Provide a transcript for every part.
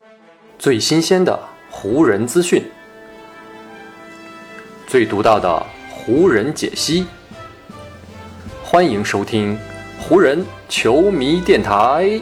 最新鲜的湖人资讯，最独到的湖人解析。欢迎收听湖人球迷电台。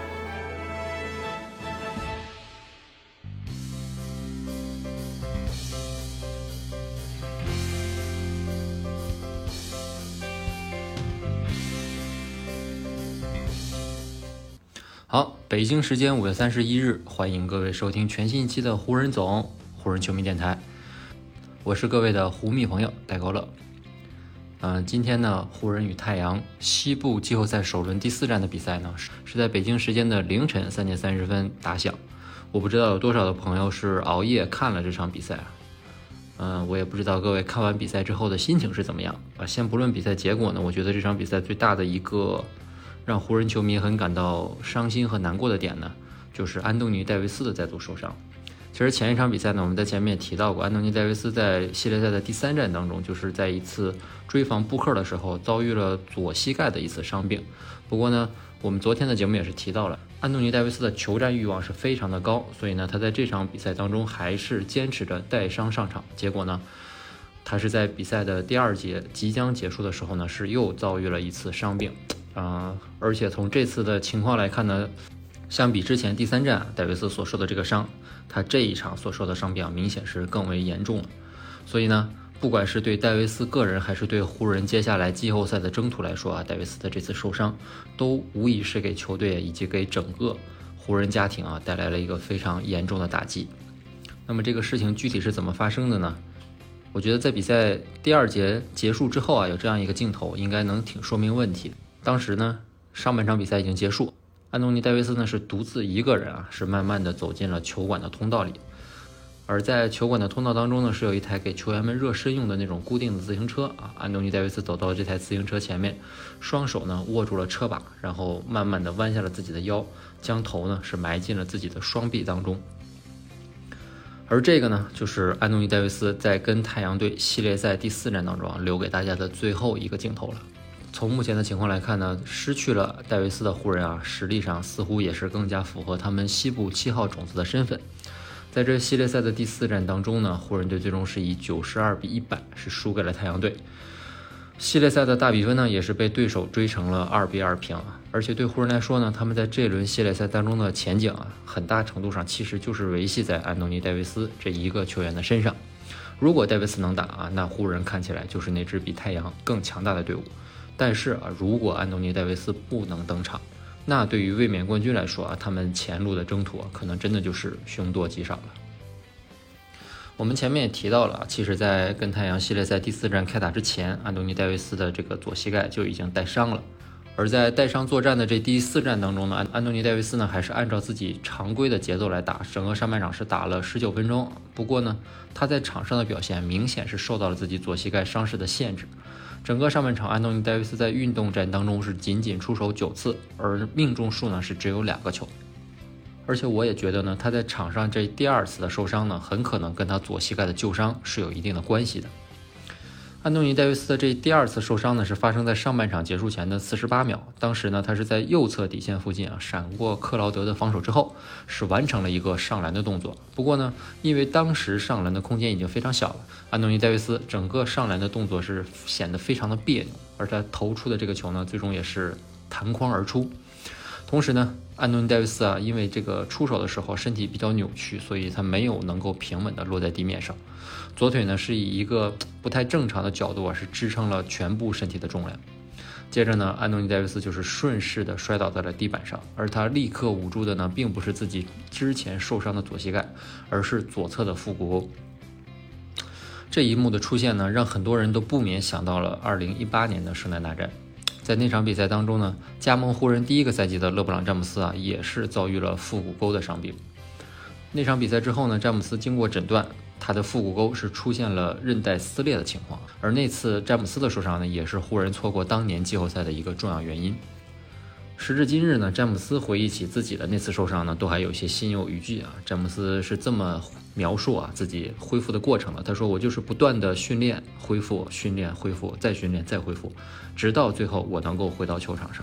好，北京时间5月31日，欢迎各位收听全新一期的湖人总湖人球迷电台，我是各位的湖迷朋友戴高乐。今天呢，湖人与太阳西部季后赛首轮第4战的比赛呢，是在北京时间的凌晨3点30分打响。我不知道有多少的朋友是熬夜看了这场比赛我也不知道各位看完比赛之后的心情是怎么样先不论比赛结果呢，我觉得这场比赛最大的一个让湖人球迷很感到伤心和难过的点呢，就是安东尼戴维斯的再度受伤。其实前一场比赛呢，我们在前面也提到过，安东尼戴维斯在系列赛的第3战当中，就是在一次追防布克的时候遭遇了左膝盖的一次伤病。不过呢，我们昨天的节目也是提到了，安东尼戴维斯的求战欲望是非常的高，所以呢，他在这场比赛当中还是坚持着带伤上场。结果呢，他是在比赛的第2节即将结束的时候呢，是又遭遇了一次伤病。而且从这次的情况来看呢，相比之前第3战戴维斯所受的这个伤，他这一场所受的伤病明显是更为严重了。所以呢，不管是对戴维斯个人还是对湖人接下来季后赛的征途来说戴维斯的这次受伤都无疑是给球队以及给整个湖人家庭带来了一个非常严重的打击。那么这个事情具体是怎么发生的呢？我觉得在比赛第2节结束之后有这样一个镜头应该能挺说明问题的。当时呢，上半场比赛已经结束，安东尼戴维斯呢是独自一个人是慢慢的走进了球馆的通道里。而在球馆的通道当中呢，是有一台给球员们热身用的那种固定的自行车安东尼戴维斯走到了这台自行车前面，双手呢握住了车把，然后慢慢的弯下了自己的腰，将头呢是埋进了自己的双臂当中。而这个呢，就是安东尼戴维斯在跟太阳队系列赛第4战当中留给大家的最后一个镜头了。从目前的情况来看呢，失去了戴维斯的湖人实力上似乎也是更加符合他们西部7号种子的身份。在这系列赛的第4战当中呢，湖人队最终是以92-100是输给了太阳队。系列赛的大比分呢，也是被对手追成了2-2平。而且对湖人来说呢，他们在这轮系列赛当中的前景很大程度上其实就是维系在安东尼戴维斯这一个球员的身上。如果戴维斯能打那湖人看起来就是那支比太阳更强大的队伍。但是如果安东尼戴维斯不能登场，那对于卫冕冠军来说他们前路的征途可能真的就是凶多吉少了。我们前面也提到了，其实在跟太阳系列赛第4战开打之前，安东尼戴维斯的这个左膝盖就已经带伤了。而在带伤作战的这第4战当中呢，安东尼戴维斯呢还是按照自己常规的节奏来打，整个上半场是打了19分钟。不过呢，他在场上的表现明显是受到了自己左膝盖伤势的限制。整个上半场，安东尼戴维斯在运动战当中是仅仅出手9次，而命中数呢是只有2个球。而且我也觉得呢，他在场上这第2次的受伤呢，很可能跟他左膝盖的旧伤是有一定的关系的。安东尼戴维斯的这第2次受伤呢，是发生在上半场结束前的48秒。当时呢，他是在右侧底线附近闪过克劳德的防守之后，是完成了一个上篮的动作。不过呢，因为当时上篮的空间已经非常小了，安东尼戴维斯整个上篮的动作是显得非常的别扭，而他投出的这个球呢，最终也是弹框而出。同时呢，安东尼戴维斯因为这个出手的时候身体比较扭曲，所以他没有能够平稳的落在地面上。左腿呢是以一个不太正常的角度是支撑了全部身体的重量。接着呢，安东尼戴维斯就是顺势的摔倒在了地板上，而他立刻捂住的呢，并不是自己之前受伤的左膝盖，而是左侧的腹股沟。这一幕的出现呢，让很多人都不免想到了2018年的圣诞大战。在那场比赛当中呢，加盟湖人第1个赛季的勒布朗詹姆斯也是遭遇了腹股沟的伤病。那场比赛之后呢，詹姆斯经过诊断，他的腹股沟是出现了韧带撕裂的情况，而那次詹姆斯的受伤呢，也是湖人错过当年季后赛的一个重要原因。时至今日呢，詹姆斯回忆起自己的那次受伤呢，都还有一些心有余悸詹姆斯是这么描述自己恢复的过程了。他说：“我就是不断的训练、恢复、训练、恢复、再训练、再恢复，直到最后我能够回到球场上。”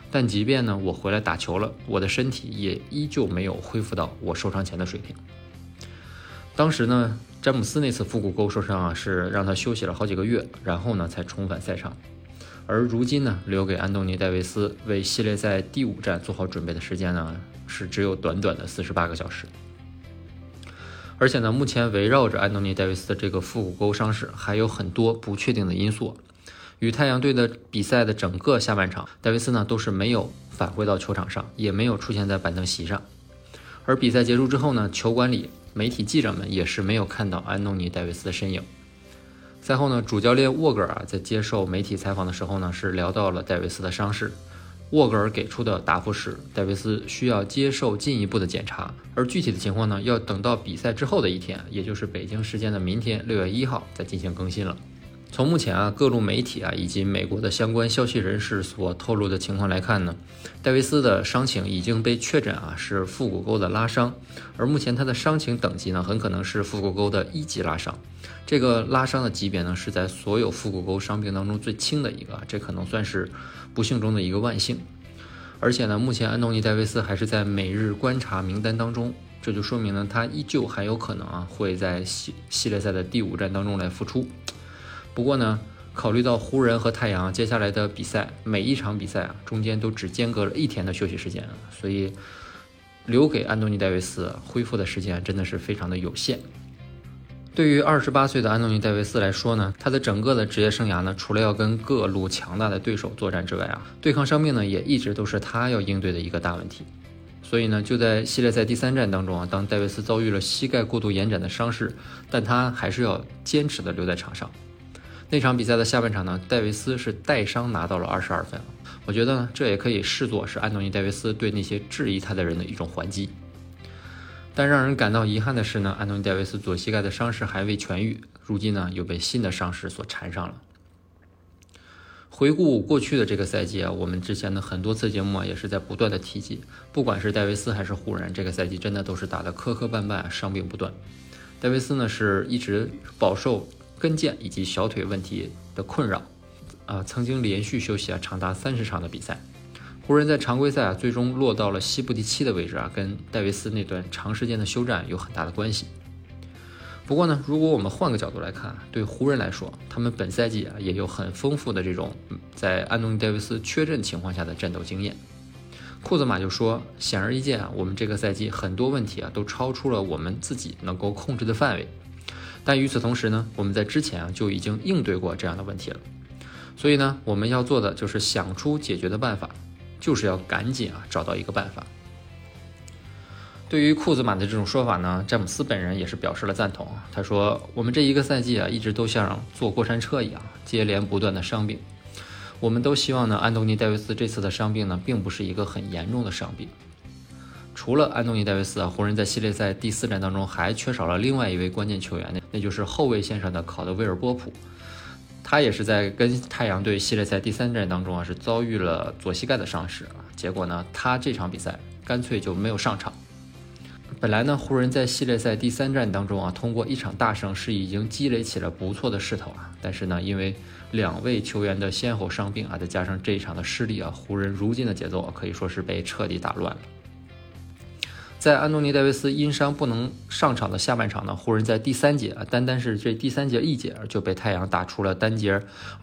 但即便呢我回来打球了，我的身体也依旧没有恢复到我受伤前的水平。当时呢，詹姆斯那次腹股沟受伤啊，是让他休息了好几个月，然后呢才重返赛场。而如今呢，留给安东尼·戴维斯为系列赛第5战做好准备的时间呢，是只有短短的48个小时。而且呢，目前围绕着安东尼·戴维斯的这个腹股沟伤势还有很多不确定的因素。与太阳队的比赛的整个下半场，戴维斯呢都是没有返回到球场上，也没有出现在板凳席上。而比赛结束之后呢，球馆里媒体记者们也是没有看到安东尼·戴维斯的身影。赛后呢，主教练沃格尔在接受媒体采访的时候呢，是聊到了戴维斯的伤势。沃格尔给出的答复是，戴维斯需要接受进一步的检查，而具体的情况呢，要等到比赛之后的一天，也就是北京时间的明天6月1号再进行更新了。从目前各路媒体以及美国的相关消息人士所透露的情况来看呢，戴维斯的伤情已经被确诊是腹股沟的拉伤，而目前他的伤情等级呢，很可能是腹股沟的1级拉伤。这个拉伤的级别呢，是在所有腹股沟伤病当中最轻的一个，这可能算是不幸中的一个万幸。而且呢，目前安东尼·戴维斯还是在每日观察名单当中，这就说明呢，他依旧还有可能会在系列赛的第5战当中来复出。不过呢，考虑到湖人和太阳接下来的比赛，每一场比赛中间都只间隔了1天的休息时间，所以留给安东尼·戴维斯恢复的时间真的是非常的有限。对于28岁的安东尼·戴维斯来说呢，他的整个的职业生涯呢，除了要跟各路强大的对手作战之外对抗伤病呢，也一直都是他要应对的一个大问题。所以呢，就在系列赛第3战当中当戴维斯遭遇了膝盖过度延展的伤势，但他还是要坚持的留在场上。那场比赛的下半场呢，戴维斯是带伤拿到了22分。我觉得呢，这也可以视作是安东尼·戴维斯对那些质疑他的人的一种还击。但让人感到遗憾的是呢，安东尼·戴维斯左膝盖的伤势还未痊愈，如今呢又被新的伤势所缠上了。回顾过去的这个赛季我们之前的很多次节目也是在不断的提及，不管是戴维斯还是湖人，这个赛季真的都是打得磕磕绊绊，伤病不断。戴维斯呢是一直饱受跟腱以及小腿问题的困扰曾经连续休息长达30场的比赛。湖人在常规赛最终落到了西部第7的位置跟戴维斯那段长时间的休战有很大的关系。不过呢，如果我们换个角度来看，对湖人来说，他们本赛季也有很丰富的这种在安东尼·戴维斯缺阵情况下的战斗经验。库兹马就说，显而易见我们这个赛季很多问题都超出了我们自己能够控制的范围。但与此同时呢，我们在之前就已经应对过这样的问题了。所以呢，我们要做的就是想出解决的办法，就是要赶紧找到一个办法。对于库兹马的这种说法呢，詹姆斯本人也是表示了赞同。他说，我们这一个赛季一直都像坐过山车一样，接连不断的伤病。我们都希望呢，安东尼·戴维斯这次的伤病呢，并不是一个很严重的伤病。除了安东尼·戴维斯湖人在系列赛第4战当中还缺少了另外一位关键球员，那就是后卫线上的考德威尔·波普。他也是在跟太阳队系列赛第3战当中是遭遇了左膝盖的伤势结果呢，他这场比赛干脆就没有上场。本来呢，湖人在系列赛第3战当中通过一场大胜是已经积累起了不错的势头但是呢，因为2位球员的先后伤病再加上这一场的失利湖人如今的节奏可以说是被彻底打乱了。在安东尼·戴维斯因伤不能上场的下半场呢，湖人在第3节单是这第3节一节就被太阳打出了单节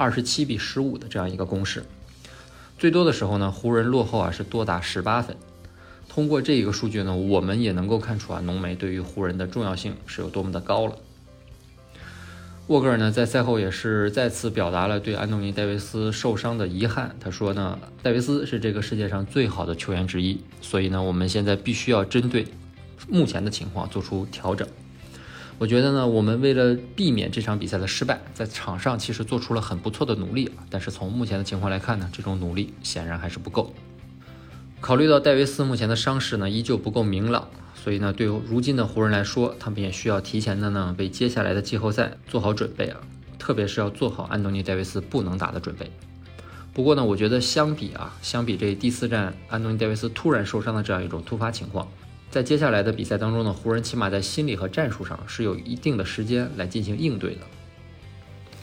27-15的这样一个攻势。最多的时候呢，湖人落后是多达18分。通过这个数据呢，我们也能够看出浓眉对于湖人的重要性是有多么的高了。沃格尔呢在赛后也是再次表达了对安东尼·戴维斯受伤的遗憾。他说呢，戴维斯是这个世界上最好的球员之一，所以呢，我们现在必须要针对目前的情况做出调整。我觉得呢，我们为了避免这场比赛的失败，在场上其实做出了很不错的努力但是从目前的情况来看呢，这种努力显然还是不够。考虑到戴维斯目前的伤势呢依旧不够明朗，所以呢，对如今的湖人来说，他们也需要提前的呢为接下来的季后赛做好准备特别是要做好安东尼·戴维斯不能打的准备。不过呢，我觉得相比这第4战安东尼·戴维斯突然受伤的这样一种突发情况，在接下来的比赛当中呢，湖人起码在心理和战术上是有一定的时间来进行应对的。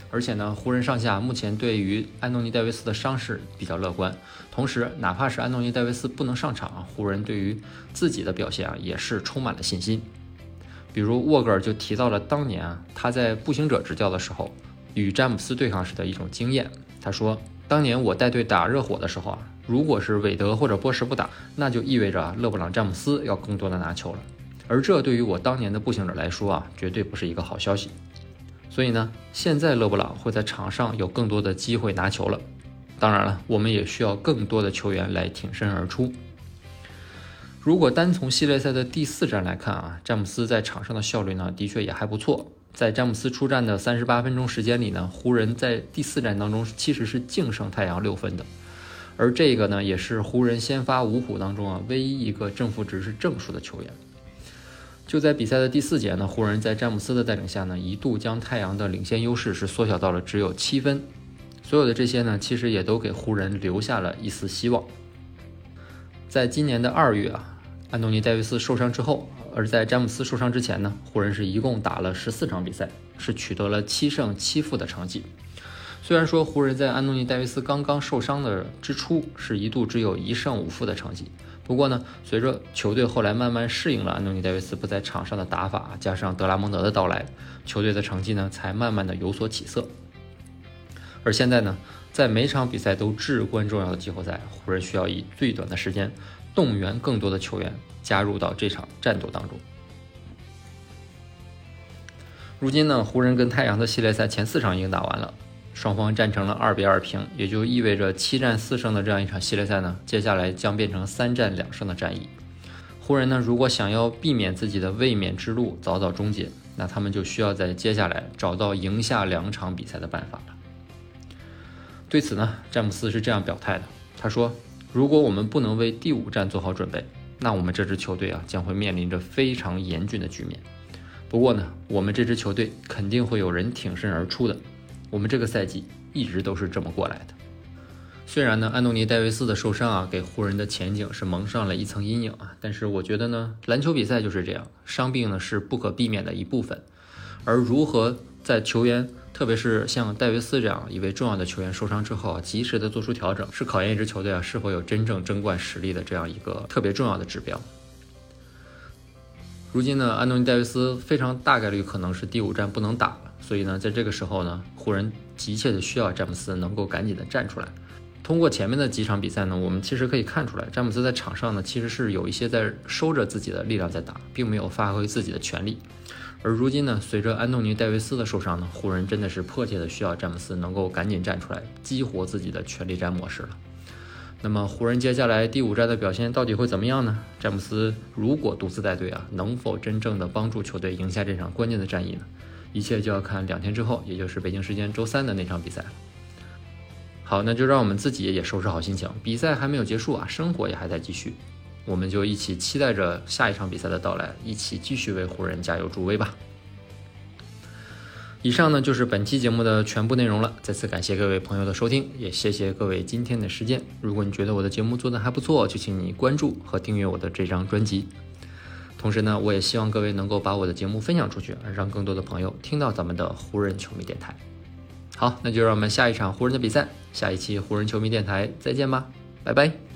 而且呢，湖人上下目前对于安东尼戴维斯的伤势比较乐观，同时哪怕是安东尼戴维斯不能上场，湖人对于自己的表现也是充满了信心。比如沃格尔就提到了当年他在步行者执教的时候与詹姆斯对抗时的一种经验。他说，当年我带队打热火的时候如果是韦德或者波什不打，那就意味着勒布朗詹姆斯要更多的拿球了，而这对于我当年的步行者来说绝对不是一个好消息。所以呢，现在勒布朗会在场上有更多的机会拿球了，当然了，我们也需要更多的球员来挺身而出。如果单从系列赛的第4战来看詹姆斯在场上的效率呢，的确也还不错。在詹姆斯出战的38分钟时间里呢，湖人在第4战当中其实是净胜太阳6分的，而这个呢，也是湖人先发5虎当中唯一一个正负值是正数的球员。就在比赛的第4节呢，湖人在詹姆斯的带领下呢，一度将太阳的领先优势是缩小到了只有7分。所有的这些呢，其实也都给湖人留下了一丝希望。在今年的2月安东尼戴维斯受伤之后，而在詹姆斯受伤之前呢，湖人是一共打了14场比赛，是取得了7胜7负的成绩。虽然说湖人在安东尼戴维斯刚刚受伤的之初是一度只有1胜5负的成绩，不过呢，随着球队后来慢慢适应了安东尼戴维斯不在场上的打法，加上德拉蒙德的到来，球队的成绩呢才慢慢的有所起色。而现在呢，在每场比赛都至关重要的季后赛，湖人需要以最短的时间动员更多的球员加入到这场战斗当中。如今呢，湖人跟太阳的系列赛前4场已经打完了，双方战成了2-2平，也就意味着7战4胜的这样一场系列赛呢，接下来将变成3战2胜的战役。湖人呢，如果想要避免自己的卫冕之路早早终结，那他们就需要在接下来找到赢下2场比赛的办法了。对此呢，詹姆斯是这样表态的，他说，如果我们不能为第5战做好准备，那我们这支球队将会面临着非常严峻的局面。不过呢，我们这支球队肯定会有人挺身而出的，我们这个赛季一直都是这么过来的。虽然呢，安东尼戴维斯的受伤给湖人的前景是蒙上了一层阴影但是我觉得呢，篮球比赛就是这样，伤病呢是不可避免的一部分，而如何在球员特别是像戴维斯这样一位重要的球员受伤之后及时的做出调整，是考验一支球队是否有真正争冠实力的这样一个特别重要的指标。如今呢，安东尼戴维斯非常大概率可能是第5战不能打了，所以呢，在这个时候呢，湖人急切的需要詹姆斯能够赶紧的站出来。通过前面的几场比赛呢，我们其实可以看出来，詹姆斯在场上呢其实是有一些在收着自己的力量在打，并没有发挥自己的全力。而如今呢，随着安东尼戴维斯的受伤呢，湖人真的是迫切的需要詹姆斯能够赶紧站出来，激活自己的全力战模式了。那么湖人接下来第5战的表现到底会怎么样呢？詹姆斯如果独自带队能否真正的帮助球队赢下这场关键的战役呢？一切就要看2天之后，也就是北京时间周3的那场比赛了。好，那就让我们自己也收拾好心情，比赛还没有结束生活也还在继续，我们就一起期待着下一场比赛的到来，一起继续为湖人加油助威吧。以上呢就是本期节目的全部内容了，再次感谢各位朋友的收听，也谢谢各位今天的时间。如果你觉得我的节目做得还不错，就请你关注和订阅我的这张专辑。同时呢，我也希望各位能够把我的节目分享出去，让更多的朋友听到咱们的湖人球迷电台。好，那就让我们下一场湖人的比赛，下一期湖人球迷电台再见吧，拜拜。